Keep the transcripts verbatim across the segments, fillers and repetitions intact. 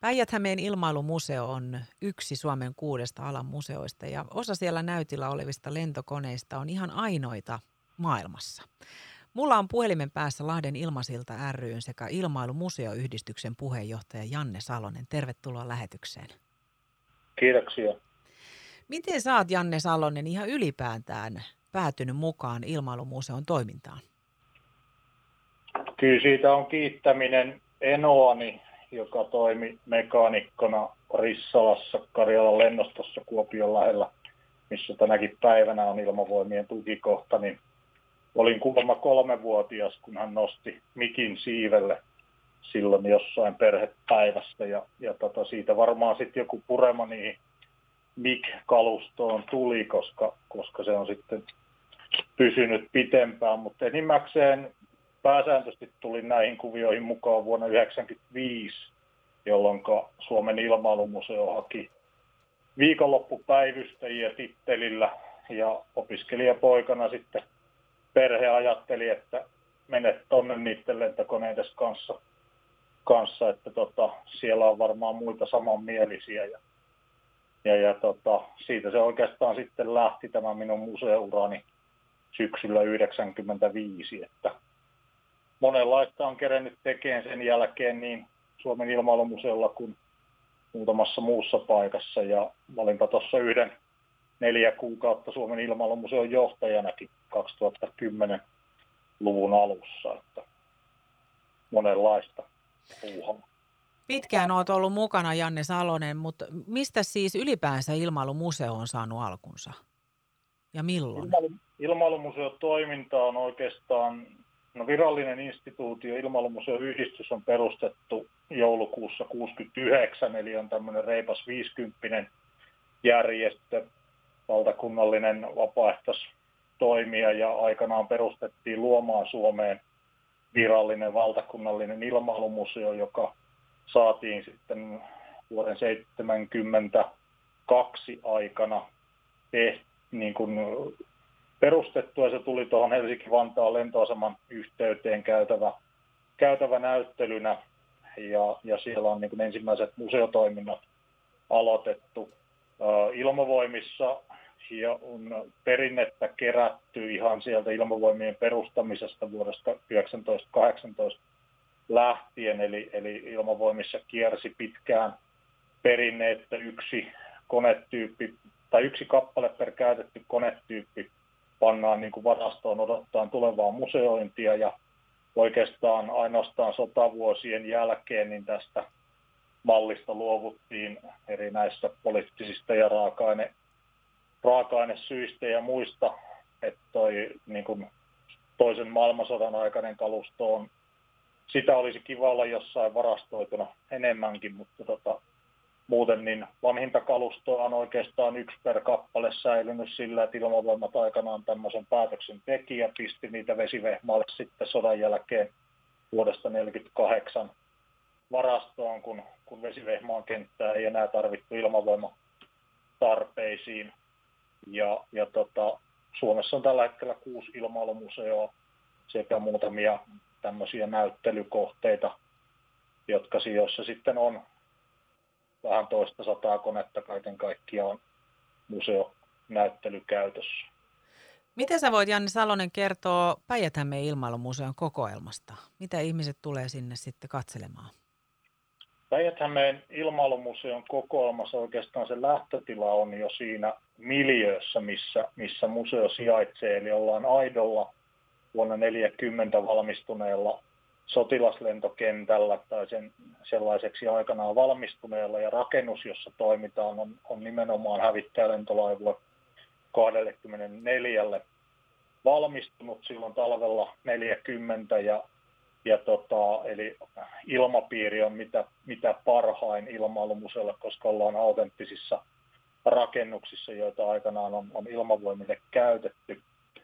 Päijät-Hämeen ilmailumuseo on yksi Suomen kuudesta alan museoista ja osa siellä näytillä olevista lentokoneista on ihan ainoita maailmassa. Mulla on puhelimen päässä Lahden Ilmasilta ry:n sekä Ilmailumuseoyhdistyksen puheenjohtaja Janne Salonen. Tervetuloa lähetykseen. Kiitoksia. Miten sä oot, Janne Salonen, ihan ylipäätään päätynyt mukaan Ilmailumuseon toimintaan? Kyllä siitä on kiittäminen enoani, joka toimi mekaanikkona Rissalassa Karjalan lennostossa Kuopion lähellä, missä tänäkin päivänä on Ilmavoimien tukikohta. Niin olin kuulemma kolmevuotias, kun hän nosti mikin siivelle silloin jossain perhepäivässä. Ja, ja tota, siitä varmaan sitten joku purema niihin mik-kalustoon tuli, koska, koska se on sitten pysynyt pitempään. Mutta enimmäkseen pääsääntöisesti tulin näihin kuvioihin mukaan vuonna yhdeksänkymmentäviisi, jolloin Suomen ilmailumuseo haki viikonloppupäivystäjiä tittelillä. Ja opiskelijapoikana sitten perhe ajatteli, että menet tonne niiden lentokoneiden kanssa, kanssa että tota, siellä on varmaan muita samanmielisiä. Ja, ja, ja tota, siitä se oikeastaan sitten lähti tämä minun museourani syksyllä yhdeksänkymmentäviisi. Että monenlaista on kerennyt tekemään sen jälkeen niin Suomen ilmailumuseolla kuin muutamassa muussa paikassa. Ja olinpa tuossa yhden neljä kuukautta Suomen ilmailumuseon johtajanakin kaksituhattakymmenen-luvun alussa. Että monenlaista puuhaa. Pitkään olet ollut mukana, Janne Salonen, mutta mistä siis ylipäänsä Ilmailumuseo on saanut alkunsa? Ja milloin? Ilmailu, ilmailumuseon toiminta on oikeastaan no virallinen instituutio. Ilmailumuseoyhdistys on perustettu joulukuussa kuusikymmentäyhdeksän, eli on tämmöinen reipas viisikymppinen järjestö, valtakunnallinen vapaaehtoistoimija, ja aikanaan perustettiin luomaan Suomeen virallinen valtakunnallinen ilmailumuseo, joka saatiin sitten vuoden seitsemänkymmentäkaksi aikana tehty, niin kuin perustettua. Se tuli tuohon Helsinki-Vantaan lentoaseman yhteyteen käytävä, käytävä näyttelynä, ja, ja siellä on niin kuin ensimmäiset museotoiminnot aloitettu. Ilmavoimissa ja on perinnettä kerätty ihan sieltä Ilmavoimien perustamisesta vuodesta tuhatyhdeksänsataakahdeksantoista lähtien, eli, eli Ilmavoimissa kiersi pitkään perinne, että yksi konetyyppi tai yksi kappale per käytetty konetyyppi pannaan niin kuin varastoon odottaen tulevaa museointia, ja oikeastaan ainoastaan sotavuosien jälkeen niin tästä mallista luovuttiin eri näistä poliittisista ja raaka-aine, raaka-ainesyistä ja muista, että toi niin kuin toisen maailmansodan aikainen kalusto on, sitä olisi kiva olla jossain varastoituna enemmänkin, mutta tota, muuten niin vanhinta kalustoa on oikeastaan yksi per kappale säilynyt sillä, että Ilmavoimat aikanaan tämmöisen päätöksen teki ja pisti niitä vesivehmaalle sitten sodan jälkeen vuodesta tuhatyhdeksänsataaneljäkymmentäkahdeksan varastoon, kun, kun vesivehmaan kenttää ei enää tarvittu ilmavoimatarpeisiin. Ja, ja tota, Suomessa on tällä hetkellä kuusi ilmailumuseoa sekä muutamia tämmöisiä näyttelykohteita, jotka sijoissa sitten on vähän toista sataa konetta kaiken kaikkiaan museonäyttelykäytössä. Miten sä voit, Janne Salonen, kertoa Päijät-Hämeen ilmailumuseon kokoelmasta? Mitä ihmiset tulee sinne sitten katselemaan? Päijät-Hämeen ilmailumuseon kokoelmassa oikeastaan se lähtötila on jo siinä miljöössä, missä, missä museo sijaitsee. Eli ollaan aidolla vuonna tuhatyhdeksänsataaneljäkymmentä valmistuneella sotilaslentokentällä tai sen sellaiseksi aikanaan valmistuneella, ja rakennus, jossa toimitaan, on, on nimenomaan hävittäjälentolaivue kaksikymmentäneljä valmistunut silloin talvella neljäkymmentä, ja, ja tota, eli ilmapiiri on mitä, mitä parhain ilmailumuseolla, koska ollaan autenttisissa rakennuksissa, joita aikanaan on, on ilmavoimille käytetty.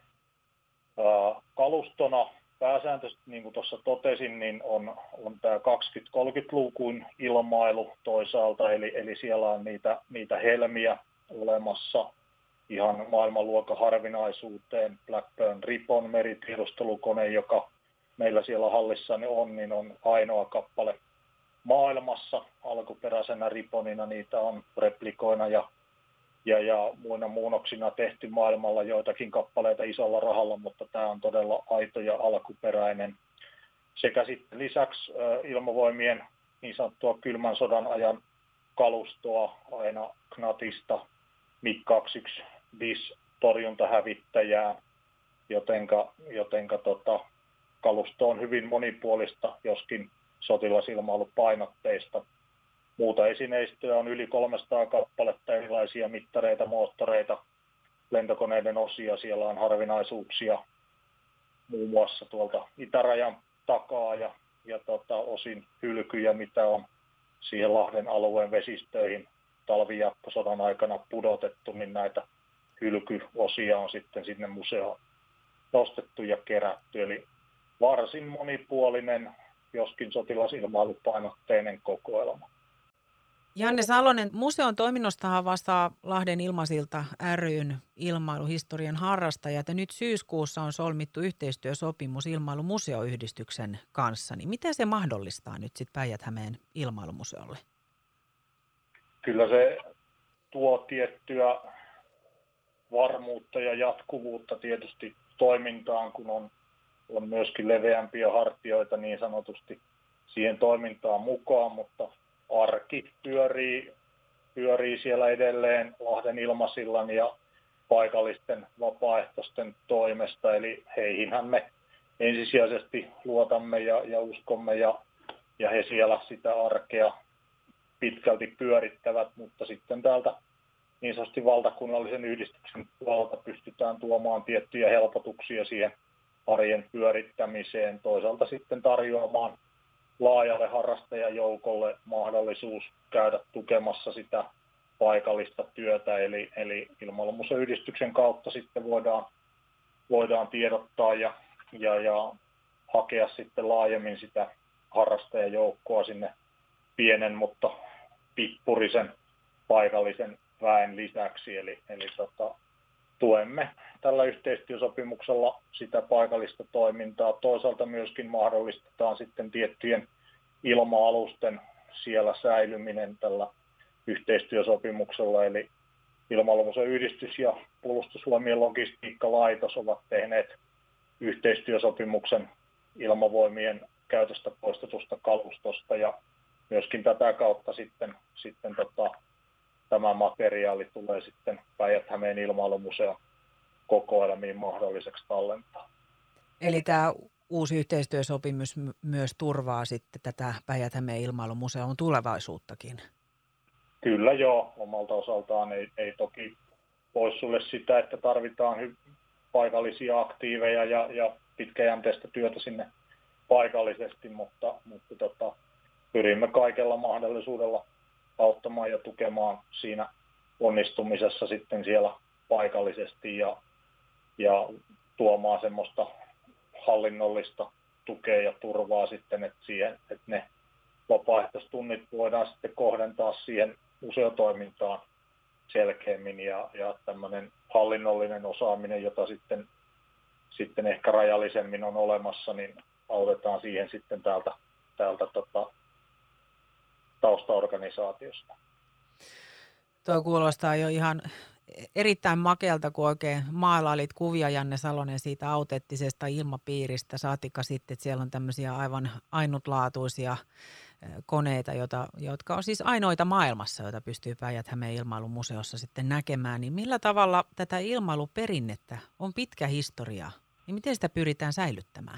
Ää, kalustona pääsääntöisesti, niin kuin tuossa totesin, niin on, on tämä kaksikymmentä-kolmekymmentälukuun ilmailu toisaalta, eli, eli siellä on niitä, niitä helmiä olemassa ihan maailmanluokan harvinaisuuteen. Blackburn Ripon meritiedustelukone, joka meillä siellä hallissa on, niin on ainoa kappale maailmassa tällaisena riponina, niitä on replikoina ja, ja, ja muina muunnoksina tehty maailmalla joitakin kappaleita isolla rahalla, mutta tämä on todella aito ja alkuperäinen. Sekä sitten lisäksi ilmavoimien niin sanottua kylmän sodan ajan kalustoa aina Knatista MiG kaksikymmentäyksi bis torjuntahävittäjää, jotenka, jotenka tota, kalusto on hyvin monipuolista, joskin sotilasilmailupainotteista. Muuta esineistöä on yli kolmesataa kappaletta, erilaisia mittareita, moottoreita, lentokoneiden osia. Siellä on harvinaisuuksia muun muassa tuolta itärajan takaa ja, ja tota, osin hylkyjä, mitä on siihen Lahden alueen vesistöihin talvijakkosodan aikana pudotettu, niin näitä hylkyosia on sitten sinne museoon nostettu ja kerätty. Eli varsin monipuolinen, joskin sotilasilmailupainotteinen kokoelma. Janne Salonen, museon toiminnostahan vastaa Lahden Ilmasilta ry:n ilmailuhistorian harrastajat ja nyt syyskuussa on solmittu yhteistyösopimus Ilmailumuseoyhdistyksen kanssa. Niin mitä se mahdollistaa nyt sitten Päijät-Hämeen ilmailumuseolle? Kyllä se tuo tiettyä varmuutta ja jatkuvuutta tietysti toimintaan, kun on, on myöskin leveämpiä hartioita niin sanotusti siihen toimintaan mukaan, mutta arki pyörii, pyörii siellä edelleen Lahden Ilmasillan ja paikallisten vapaaehtoisten toimesta, eli heihinhän me ensisijaisesti luotamme ja, ja uskomme, ja, ja he siellä sitä arkea pitkälti pyörittävät, mutta sitten täältä niin sanotusti valtakunnallisen yhdistyksen puolelta pystytään tuomaan tiettyjä helpotuksia siihen arjen pyörittämiseen, toisaalta sitten tarjoamaan laajalle harrastajajoukolle mahdollisuus käydä tukemassa sitä paikallista työtä, eli, eli Ilmailumuseoyhdistyksen kautta sitten voidaan, voidaan tiedottaa ja, ja, ja hakea sitten laajemmin sitä harrastajajoukkoa sinne pienen, mutta pippurisen paikallisen väen lisäksi, eli, eli tota, tuemme tällä yhteistyösopimuksella sitä paikallista toimintaa. Toisaalta myöskin mahdollistetaan sitten tiettyjen ilma-alusten siellä säilyminen tällä yhteistyösopimuksella. Eli Ilmailumuseoyhdistys ja Puolustusvoimien logistiikkalaitos ovat tehneet yhteistyösopimuksen ilmavoimien käytöstä poistetusta kalustosta ja myöskin tätä kautta sitten, sitten tota, tämä materiaali tulee sitten Päijät-Hämeen ilmailumuseon kokoelmiin mahdolliseksi tallentaa. Eli tämä uusi yhteistyösopimus myös turvaa sitten tätä Päijät-Hämeen ilmailumuseon tulevaisuuttakin? Kyllä joo, omalta osaltaan ei, ei toki poissulje sitä, että tarvitaan hy- paikallisia aktiiveja ja, ja pitkäjänteistä työtä sinne paikallisesti, mutta, mutta tota, pyrimme kaikella mahdollisuudella auttamaan ja tukemaan siinä onnistumisessa sitten siellä paikallisesti ja, ja tuomaan semmoista hallinnollista tukea ja turvaa sitten, että, siihen, että ne vapaaehtoistunnit voidaan sitten kohdentaa siihen museotoimintaan selkeämmin ja, ja tämmöinen hallinnollinen osaaminen, jota sitten, sitten ehkä rajallisemmin on olemassa, niin autetaan siihen sitten täältä, täältä tota, taustaorganisaatiosta. Tuo kuulostaa jo ihan erittäin makealta, kun oikein maalailit kuvia, Janne Salonen, siitä autentisesta ilmapiiristä. Saatikka sitten, että siellä on tämmöisiä aivan ainutlaatuisia koneita, joita, jotka on siis ainoita maailmassa, joita pystyy Päijät-Hämeen ilmailumuseossa sitten näkemään. Niin millä tavalla tätä ilmailuperinnettä on pitkä historia, niin miten sitä pyritään säilyttämään?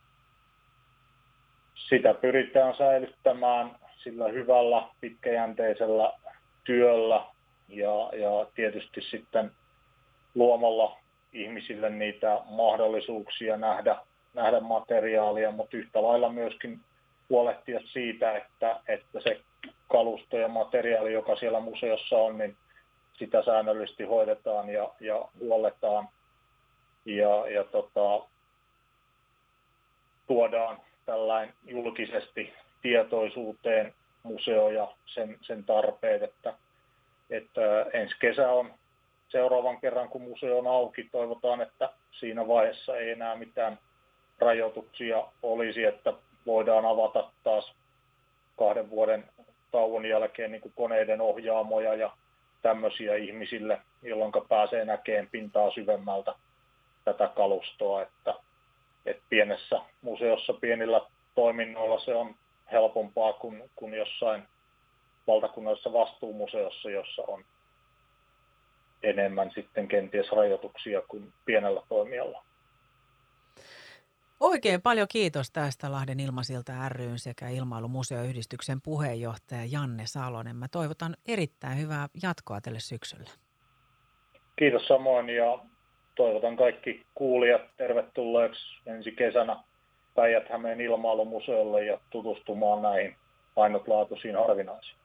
Sitä pyritään säilyttämään sillä hyvällä, pitkäjänteisellä työllä ja, ja tietysti sitten luomalla ihmisille niitä mahdollisuuksia nähdä, nähdä materiaalia, mutta yhtä lailla myöskin huolehtia siitä, että, että se kalusto ja materiaali, joka siellä museossa on, niin sitä säännöllisesti hoidetaan ja, ja huolletaan ja, ja tota, tuodaan tällainen julkisesti tietoisuuteen museo ja sen, sen tarpeet, että, että ensi kesä on seuraavan kerran, kun museo on auki. Toivotaan, että siinä vaiheessa ei enää mitään rajoituksia olisi, että voidaan avata taas kahden vuoden tauon jälkeen niin kuin koneiden ohjaamoja ja tämmöisiä ihmisille, jolloin pääsee näkemään pintaa syvemmältä tätä kalustoa, että, että pienessä museossa pienillä toiminnoilla se on helpompaa kuin, kuin jossain valtakunnallisessa vastuumuseossa, jossa on enemmän sitten kenties rajoituksia kuin pienellä toimijalla. Oikein paljon kiitos tästä Lahden Ilmasilta ry:n sekä Ilmailumuseoyhdistyksen puheenjohtaja Janne Salonen. Mä toivotan erittäin hyvää jatkoa tälle syksylle. Kiitos samoin ja toivotan kaikki kuulijat tervetulleeksi ensi kesänä Päijät-Hämeen ilmailumuseolle ja tutustumaan näihin ainutlaatuisiin harvinaisiin.